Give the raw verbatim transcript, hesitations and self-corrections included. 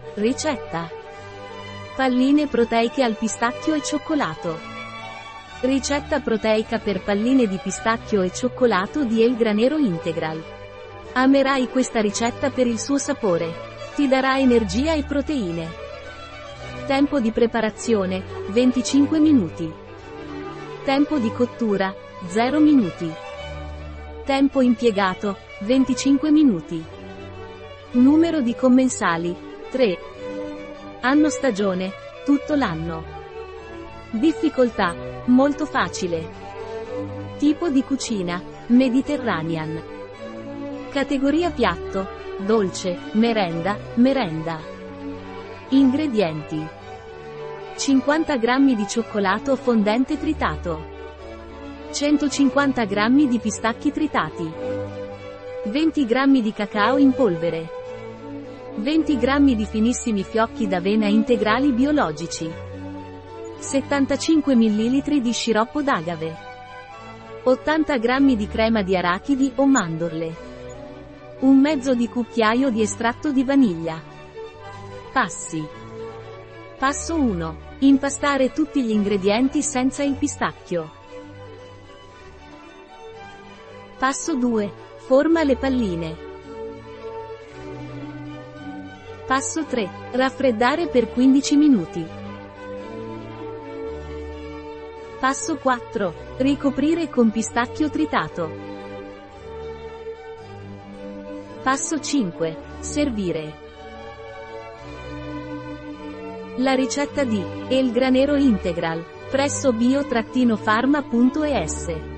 Ricetta: palline proteiche al pistacchio e cioccolato. Ricetta proteica per palline di pistacchio e cioccolato di El Granero Integral. Amerai questa ricetta per il suo sapore. Ti darà energia e proteine. Tempo di preparazione: venticinque minuti. Tempo di cottura: zero minuti. Tempo impiegato: venticinque minuti. Numero di commensali: tre. Anno stagione: tutto l'anno. Difficoltà: molto facile. Tipo di cucina: Mediterranean. Categoria piatto: dolce, merenda, merenda. Ingredienti: cinquanta grammi di cioccolato fondente tritato, centocinquanta grammi di pistacchi tritati, venti grammi di cacao in polvere, venti grammi di finissimi fiocchi d'avena integrali biologici, settantacinque millilitri di sciroppo d'agave, ottanta grammi di crema di arachidi o mandorle, un mezzo di cucchiaio di estratto di vaniglia. Passi. Passo uno. Impastare tutti gli ingredienti senza il pistacchio. Passo due. Forma le palline. Passo tre. Raffreddare per quindici minuti. Passo quattro. Ricoprire con pistacchio tritato. Passo cinque. Servire. La ricetta di El Granero Integral, presso bio-pharma punto es.